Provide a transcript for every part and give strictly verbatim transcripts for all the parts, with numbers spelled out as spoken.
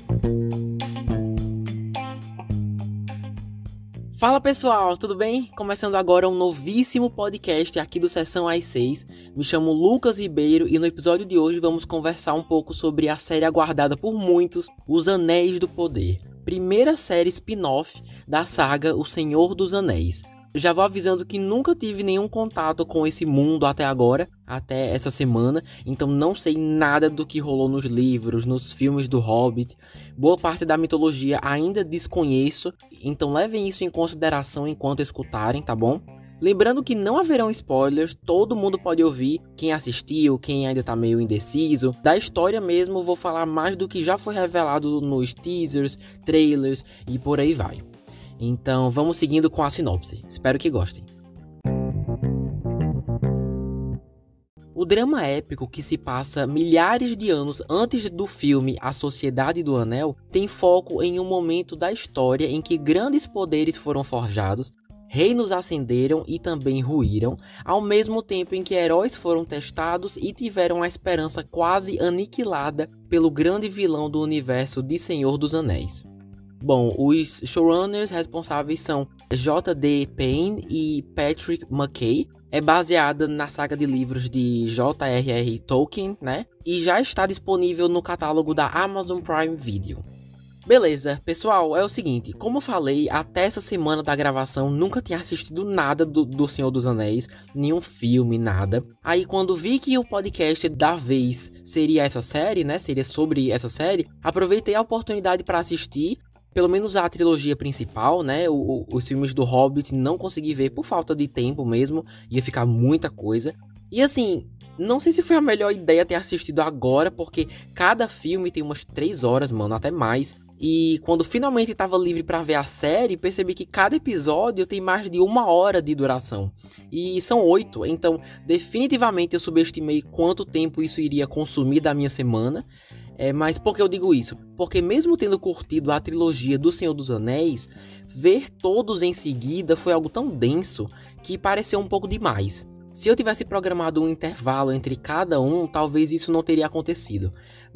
Fala pessoal, tudo bem? Começando agora um novíssimo podcast aqui do Sessão às seis. Me chamo Lucas Ribeiro e no episódio de hoje vamos conversar um pouco sobre a série aguardada por muitos, Os Anéis do Poder. Primeira série spin-off da saga O Senhor dos Anéis. Já vou avisando que nunca tive nenhum contato com esse mundo até agora, até essa semana, então não sei nada do que rolou nos livros, nos filmes do Hobbit. Boa parte da mitologia ainda desconheço, então levem isso em consideração enquanto escutarem, tá bom? Lembrando que não haverão spoilers, todo mundo pode ouvir, quem assistiu, quem ainda tá meio indeciso. Da história mesmo, vou falar mais do que já foi revelado nos teasers, trailers e por aí vai. Então vamos seguindo com a sinopse, espero que gostem. O drama épico que se passa milhares de anos antes do filme A Sociedade do Anel tem foco em um momento da história em que grandes poderes foram forjados, reinos ascenderam e também ruíram, ao mesmo tempo em que heróis foram testados e tiveram a esperança quase aniquilada pelo grande vilão do universo de Senhor dos Anéis. Bom, os showrunners responsáveis são J D Payne e Patrick McKay. É baseada na saga de livros de J R R Tolkien, né? E já está disponível no catálogo da Amazon Prime Video. Beleza, pessoal, é o seguinte, como falei, até essa semana da gravação nunca tinha assistido nada do, do Senhor dos Anéis, nenhum filme, nada. Aí quando vi que o podcast da vez seria essa série, né? Seria sobre essa série, aproveitei a oportunidade para assistir. Pelo menos a trilogia principal, né, o, o, os filmes do Hobbit não consegui ver por falta de tempo mesmo, ia ficar muita coisa. E assim, não sei se foi a melhor ideia ter assistido agora, porque cada filme tem umas três horas, mano, até mais. E quando finalmente estava livre para ver a série, percebi que cada episódio tem mais de uma hora de duração. E são oito, então definitivamente eu subestimei quanto tempo isso iria consumir da minha semana. É, mas por que eu digo isso? Porque mesmo tendo curtido a trilogia do Senhor dos Anéis, ver todos em seguida foi algo tão denso que pareceu um pouco demais. Se eu tivesse programado um intervalo entre cada um, talvez isso não teria acontecido.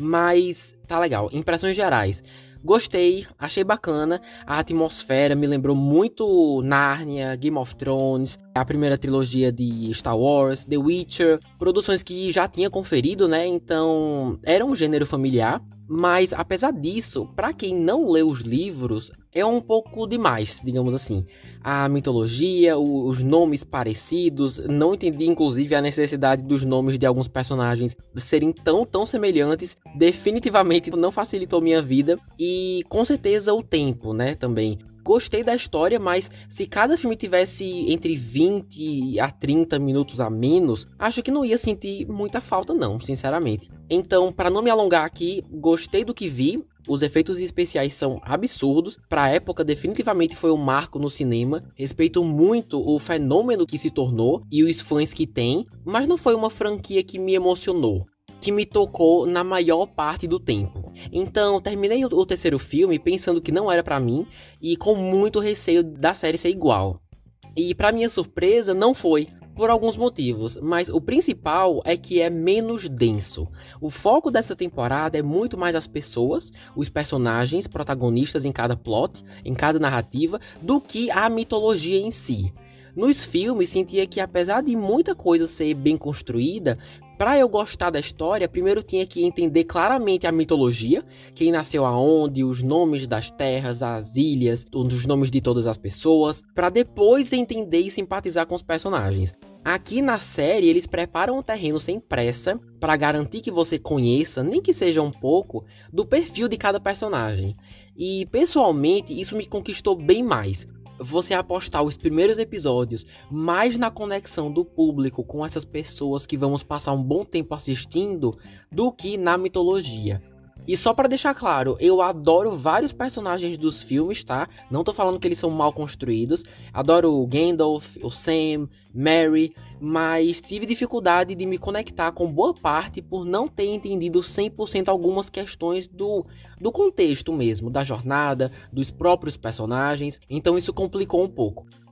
Mas tá legal, impressões gerais. Gostei, achei bacana, a atmosfera me lembrou muito Nárnia, Game of Thrones, a primeira trilogia de Star Wars, The Witcher, produções que já tinha conferido, né, então era um gênero familiar, mas apesar disso, pra quem não lê os livros, é um pouco demais, digamos assim. A mitologia, os nomes parecidos, não entendi inclusive a necessidade dos nomes de alguns personagens serem tão, tão semelhantes, definitivamente não facilitou minha vida, e com certeza o tempo, né, também. Gostei da história, mas se cada filme tivesse entre vinte a trinta minutos a menos, acho que não ia sentir muita falta não, sinceramente. Então, para não me alongar aqui, gostei do que vi. Os efeitos especiais são absurdos, para a época definitivamente foi um marco no cinema. Respeito muito o fenômeno que se tornou e os fãs que tem, mas não foi uma franquia que me emocionou, que me tocou na maior parte do tempo. Então, terminei o terceiro filme pensando que não era pra mim e com muito receio da série ser igual. E pra minha surpresa, não foi, por alguns motivos, mas o principal é que é menos denso. O foco dessa temporada é muito mais as pessoas, os personagens protagonistas em cada plot, em cada narrativa, do que a mitologia em si. Nos filmes, sentia que apesar de muita coisa ser bem construída, para eu gostar da história, primeiro tinha que entender claramente a mitologia, quem nasceu aonde, os nomes das terras, as ilhas, os nomes de todas as pessoas, para depois entender e simpatizar com os personagens. Aqui na série, eles preparam o terreno sem pressa para garantir que você conheça, nem que seja um pouco, do perfil de cada personagem. E pessoalmente, isso me conquistou bem mais. Você apostar os primeiros episódios mais na conexão do público com essas pessoas que vamos passar um bom tempo assistindo do que na mitologia. E só pra deixar claro, eu adoro vários personagens dos filmes, tá? Não tô falando que eles são mal construídos. Adoro o Gandalf, o Sam, Merry, mas tive dificuldade de me conectar com boa parte por não ter entendido cem por cento algumas questões do, do contexto mesmo, da jornada, dos próprios personagens. Então isso complicou um pouco.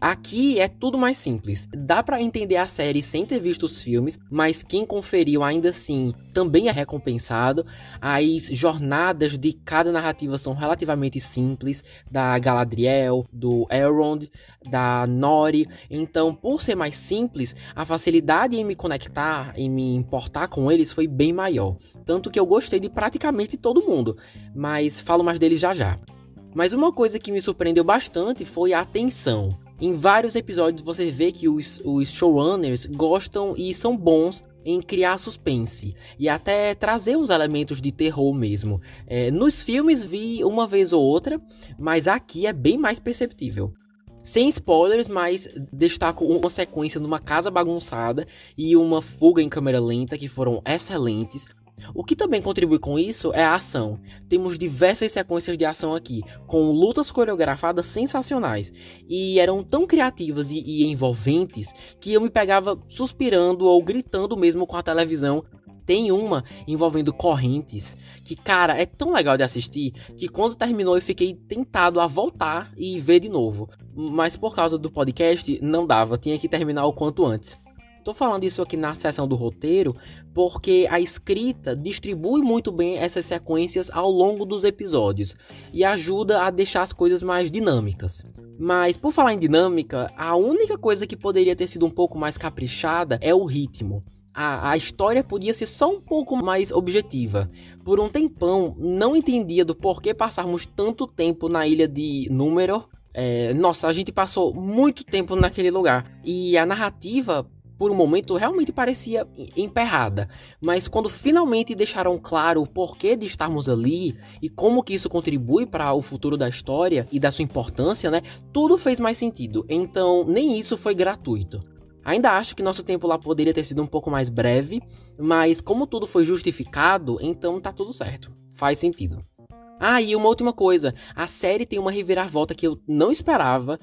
Aqui é tudo mais simples. Dá pra entender a série sem ter visto os filmes, mas quem conferiu ainda assim também é recompensado. As jornadas de cada narrativa são relativamente simples, da Galadriel, do Elrond, da Nori. Então, por ser mais simples, a facilidade em me conectar, em me importar com eles foi bem maior. Tanto que eu gostei de praticamente todo mundo, mas falo mais deles já já. Mas uma coisa que me surpreendeu bastante foi a atenção. Em vários episódios você vê que os, os showrunners gostam e são bons em criar suspense e até trazer os elementos de terror mesmo. É, nos filmes vi uma vez ou outra, mas aqui é bem mais perceptível. Sem spoilers, mas destaco uma sequência numa casa bagunçada e uma fuga em câmera lenta que foram excelentes. O que também contribui com isso é a ação. Temos diversas sequências de ação aqui, com lutas coreografadas sensacionais, e eram tão criativas e, e envolventes que eu me pegava suspirando ou gritando mesmo com a televisão. Tem uma envolvendo correntes, que cara, é tão legal de assistir, que quando terminou eu fiquei tentado a voltar e ver de novo. Mas por causa do podcast, não dava, tinha que terminar o quanto antes. Tô falando isso aqui na seção do roteiro porque a escrita distribui muito bem essas sequências ao longo dos episódios e ajuda a deixar as coisas mais dinâmicas. Mas por falar em dinâmica, a única coisa que poderia ter sido um pouco mais caprichada é o ritmo. A, a história podia ser só um pouco mais objetiva. Por um tempão, não entendia do porquê passarmos tanto tempo na ilha de Númenor. É, nossa, a gente passou muito tempo naquele lugar. E a narrativa, por um momento, realmente parecia emperrada. Mas quando finalmente deixaram claro o porquê de estarmos ali e como que isso contribui para o futuro da história e da sua importância, né? Tudo fez mais sentido. Então, nem isso foi gratuito. Ainda acho que nosso tempo lá poderia ter sido um pouco mais breve, mas como tudo foi justificado, então tá tudo certo. Faz sentido. Ah, e uma última coisa, a série tem uma reviravolta que eu não esperava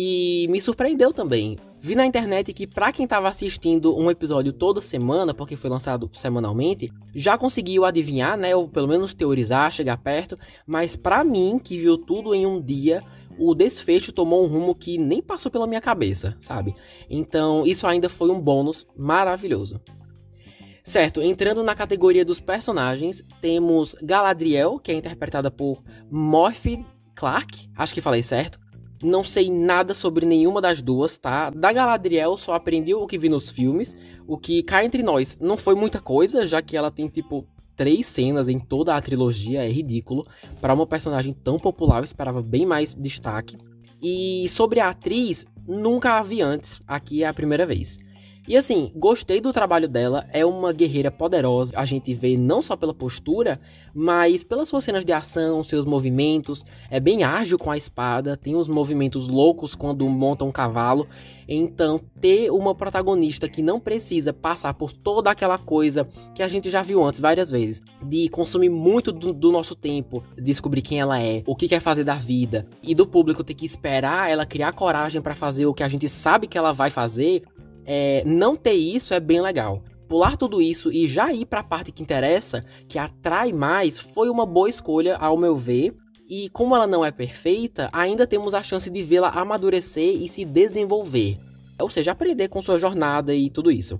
e me surpreendeu também. Vi na internet que pra quem tava assistindo um episódio toda semana, porque foi lançado semanalmente, já conseguiu adivinhar, né, ou pelo menos teorizar, chegar perto, mas pra mim, que viu tudo em um dia, o desfecho tomou um rumo que nem passou pela minha cabeça, sabe? Então, isso ainda foi um bônus maravilhoso. Certo, entrando na categoria dos personagens, temos Galadriel, que é interpretada por Morphy Clark, acho que falei certo. Não sei nada sobre nenhuma das duas, tá? Da Galadriel só aprendi o que vi nos filmes, o que cá entre nós não foi muita coisa, já que ela tem tipo três cenas em toda a trilogia, é ridículo. Para uma personagem tão popular eu esperava bem mais destaque. E sobre a atriz, nunca a vi antes, aqui é a primeira vez. E assim, gostei do trabalho dela, é uma guerreira poderosa, a gente vê não só pela postura, mas pelas suas cenas de ação, seus movimentos, é bem ágil com a espada, tem uns movimentos loucos quando monta um cavalo, então ter uma protagonista que não precisa passar por toda aquela coisa que a gente já viu antes várias vezes, de consumir muito do, do nosso tempo, descobrir quem ela é, o que quer fazer da vida, e do público ter que esperar ela criar coragem para fazer o que a gente sabe que ela vai fazer. É, não ter isso é bem legal. Pular tudo isso e já ir para a parte que interessa, que atrai mais, foi uma boa escolha ao meu ver. E como ela não é perfeita, ainda temos a chance de vê-la amadurecer e se desenvolver. Ou seja, aprender com sua jornada e tudo isso.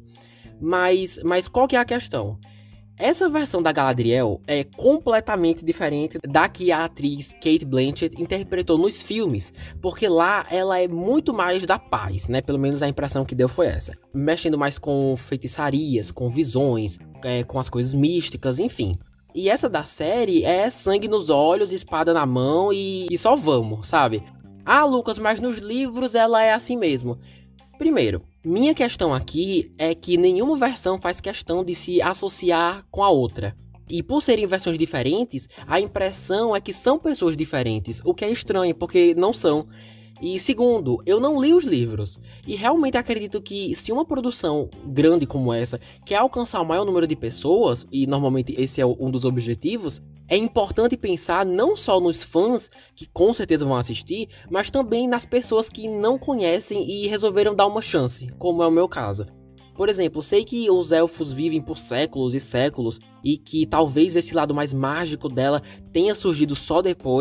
Mas, mas qual que é a questão? Essa versão da Galadriel é completamente diferente da que a atriz Cate Blanchett interpretou nos filmes, porque lá ela é muito mais da paz, né? Pelo menos a impressão que deu foi essa. Mexendo mais com feitiçarias, com visões, é, com as coisas místicas, enfim. E essa da série é sangue nos olhos, espada na mão e, e só vamos, sabe? Ah, Lucas, mas nos livros ela é assim mesmo. Primeiro, minha questão aqui é que nenhuma versão faz questão de se associar com a outra. E por serem versões diferentes, a impressão é que são pessoas diferentes, o que é estranho, porque não são. E segundo, eu não li os livros. E realmente acredito que se uma produção grande como essa quer alcançar o maior número de pessoas, e normalmente esse é um dos objetivos, é importante pensar não só nos fãs, que com certeza vão assistir, mas também nas pessoas que não conhecem e resolveram dar uma chance, como é o meu caso. Por exemplo, sei que os elfos vivem por séculos e séculos, e que talvez esse lado mais mágico dela tenha surgido só depois,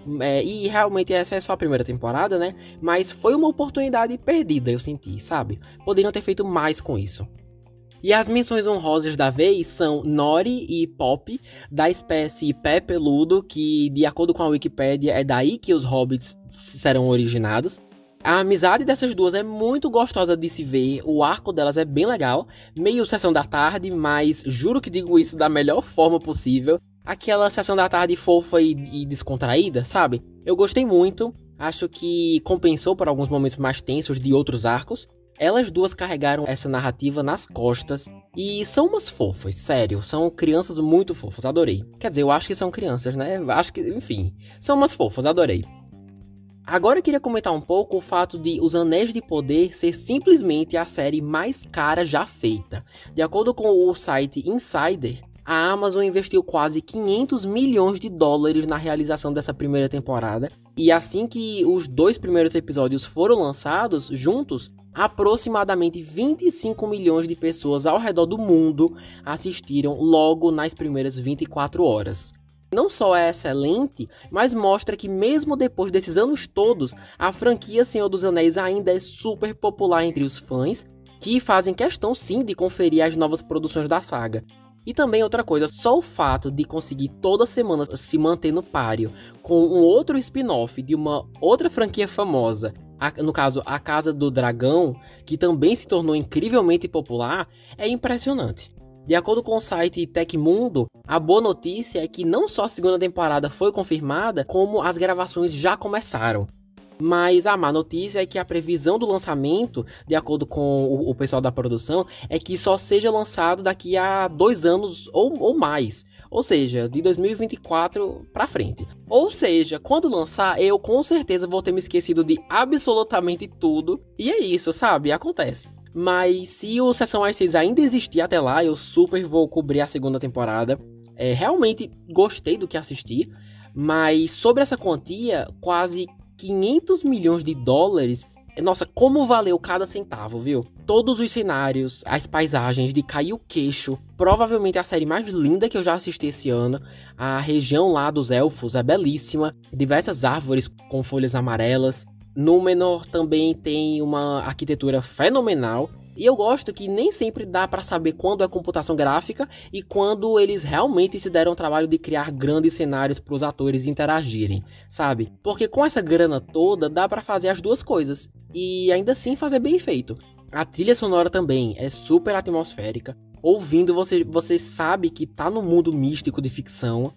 É, e realmente essa é só a primeira temporada, né? Mas foi uma oportunidade perdida, eu senti, sabe? Poderiam ter feito mais com isso. E as menções honrosas da vez são Nori e Pop, da espécie pé peludo, que, de acordo com a Wikipédia, é daí que os hobbits serão originados. A amizade dessas duas é muito gostosa de se ver, o arco delas é bem legal, meio sessão da tarde, mas juro que digo isso da melhor forma possível. Aquela sessão da tarde fofa e, e descontraída, sabe? Eu gostei muito, acho que compensou por alguns momentos mais tensos de outros arcos. Elas duas carregaram essa narrativa nas costas e são umas fofas, sério, são crianças muito fofas, adorei. Quer dizer, eu acho que são crianças, né? Acho que, enfim, são umas fofas, adorei. Agora eu queria comentar um pouco o fato de Os Anéis de Poder ser simplesmente a série mais cara já feita. De acordo com o site Insider, a Amazon investiu quase quinhentos milhões de dólares na realização dessa primeira temporada, e assim que os dois primeiros episódios foram lançados juntos, aproximadamente vinte e cinco milhões de pessoas ao redor do mundo assistiram logo nas primeiras vinte e quatro horas. Não só é excelente, mas mostra que mesmo depois desses anos todos, a franquia Senhor dos Anéis ainda é super popular entre os fãs, que fazem questão sim de conferir as novas produções da saga. E também outra coisa, só o fato de conseguir toda semana se manter no páreo com um outro spin-off de uma outra franquia famosa, a, no caso A Casa do Dragão, que também se tornou incrivelmente popular, é impressionante. De acordo com o site Tecmundo, a boa notícia é que não só a segunda temporada foi confirmada, como as gravações já começaram. Mas a má notícia é que a previsão do lançamento, de acordo com o, o pessoal da produção, é que só seja lançado daqui a dois anos ou, ou mais. Ou seja, de dois mil e vinte e quatro pra frente. Ou seja, quando lançar, eu com certeza vou ter me esquecido de absolutamente tudo. E é isso, sabe? Acontece. Mas se o Sessão às seis ainda existir até lá, eu super vou cobrir a segunda temporada. É, realmente gostei do que assisti. Mas sobre essa quantia, quase quinhentos milhões de dólares, nossa, como valeu cada centavo, viu? Todos os cenários, as paisagens de cair o queixo, provavelmente a série mais linda que eu já assisti esse ano. A região lá dos elfos é belíssima, diversas árvores com folhas amarelas. Númenor também tem uma arquitetura fenomenal. E eu gosto que nem sempre dá pra saber quando é computação gráfica e quando eles realmente se deram o trabalho de criar grandes cenários para os atores interagirem, sabe? Porque com essa grana toda dá pra fazer as duas coisas e ainda assim fazer bem feito. A trilha sonora também é super atmosférica. Ouvindo você, você sabe que tá no mundo místico de ficção.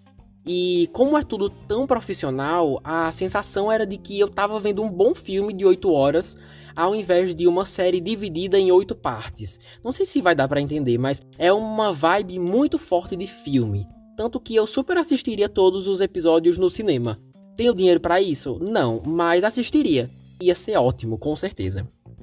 E como é tudo tão profissional, a sensação era de que eu tava vendo um bom filme de oito horas, ao invés de uma série dividida em oito partes. Não sei se vai dar pra entender, mas é uma vibe muito forte de filme. Tanto que eu super assistiria todos os episódios no cinema. Tenho dinheiro pra isso? Não, mas assistiria. Ia ser ótimo, com certeza.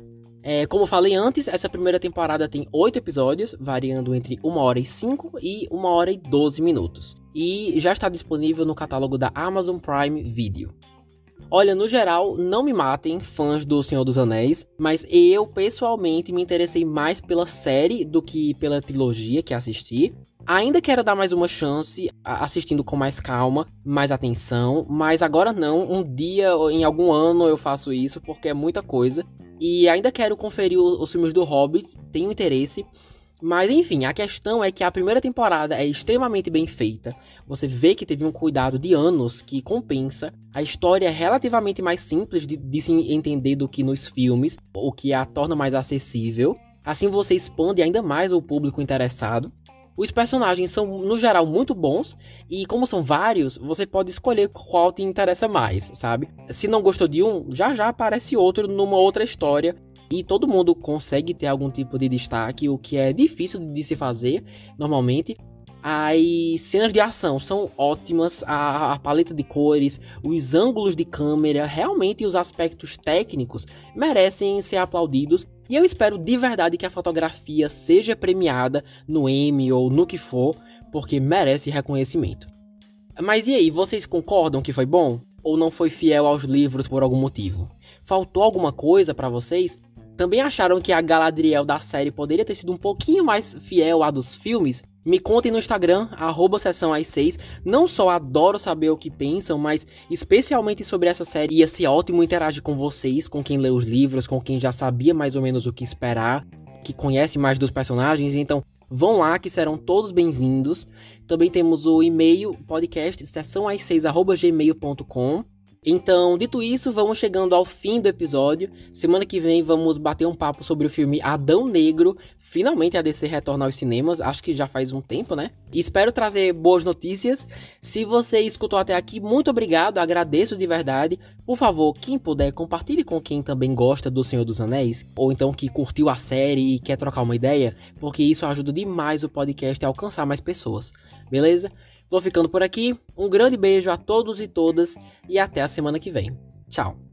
É, como falei antes, essa primeira temporada tem oito episódios, variando entre uma hora e cinco e uma hora e doze minutos. E já está disponível no catálogo da Amazon Prime Video. Olha, no geral, não me matem, fãs do Senhor dos Anéis, mas eu, pessoalmente, me interessei mais pela série do que pela trilogia que assisti. Ainda quero dar mais uma chance, assistindo com mais calma, mais atenção, mas agora não, um dia, em algum ano eu faço isso, porque é muita coisa. E ainda quero conferir os filmes do Hobbit, tenho interesse. Mas enfim, a questão é que a primeira temporada é extremamente bem feita. Você vê que teve um cuidado de anos que compensa. A história é relativamente mais simples de, de se entender do que nos filmes, o que a torna mais acessível. Assim você expande ainda mais o público interessado. Os personagens são, no geral, muito bons, e como são vários, você pode escolher qual te interessa mais, sabe? Se não gostou de um, já já aparece outro numa outra história, e todo mundo consegue ter algum tipo de destaque, o que é difícil de se fazer, normalmente. As cenas de ação são ótimas, a, a paleta de cores, os ângulos de câmera, realmente os aspectos técnicos merecem ser aplaudidos. E eu espero de verdade que a fotografia seja premiada no Emmy ou no que for, porque merece reconhecimento. Mas e aí, vocês concordam que foi bom? Ou não foi fiel aos livros por algum motivo? Faltou alguma coisa pra vocês? Também acharam que a Galadriel da série poderia ter sido um pouquinho mais fiel à dos filmes? Me contem no Instagram, arroba sessão às seis. Não só adoro saber o que pensam, mas especialmente sobre essa série. Ia ser ótimo interagir com vocês, com quem lê os livros, com quem já sabia mais ou menos o que esperar, que conhece mais dos personagens. Então vão lá que serão todos bem-vindos. Também temos o e-mail podcast sessão às seis arroba gmail ponto com. Então, dito isso, vamos chegando ao fim do episódio. Semana que vem vamos bater um papo sobre o filme Adão Negro. Finalmente a D C retorna aos cinemas, acho que já faz um tempo, né? E espero trazer boas notícias. Se você escutou até aqui, muito obrigado, agradeço de verdade. Por favor, quem puder, compartilhe com quem também gosta do Senhor dos Anéis, ou então que curtiu a série e quer trocar uma ideia, porque isso ajuda demais o podcast a alcançar mais pessoas, beleza? Vou ficando por aqui, um grande beijo a todos e todas e até a semana que vem. Tchau!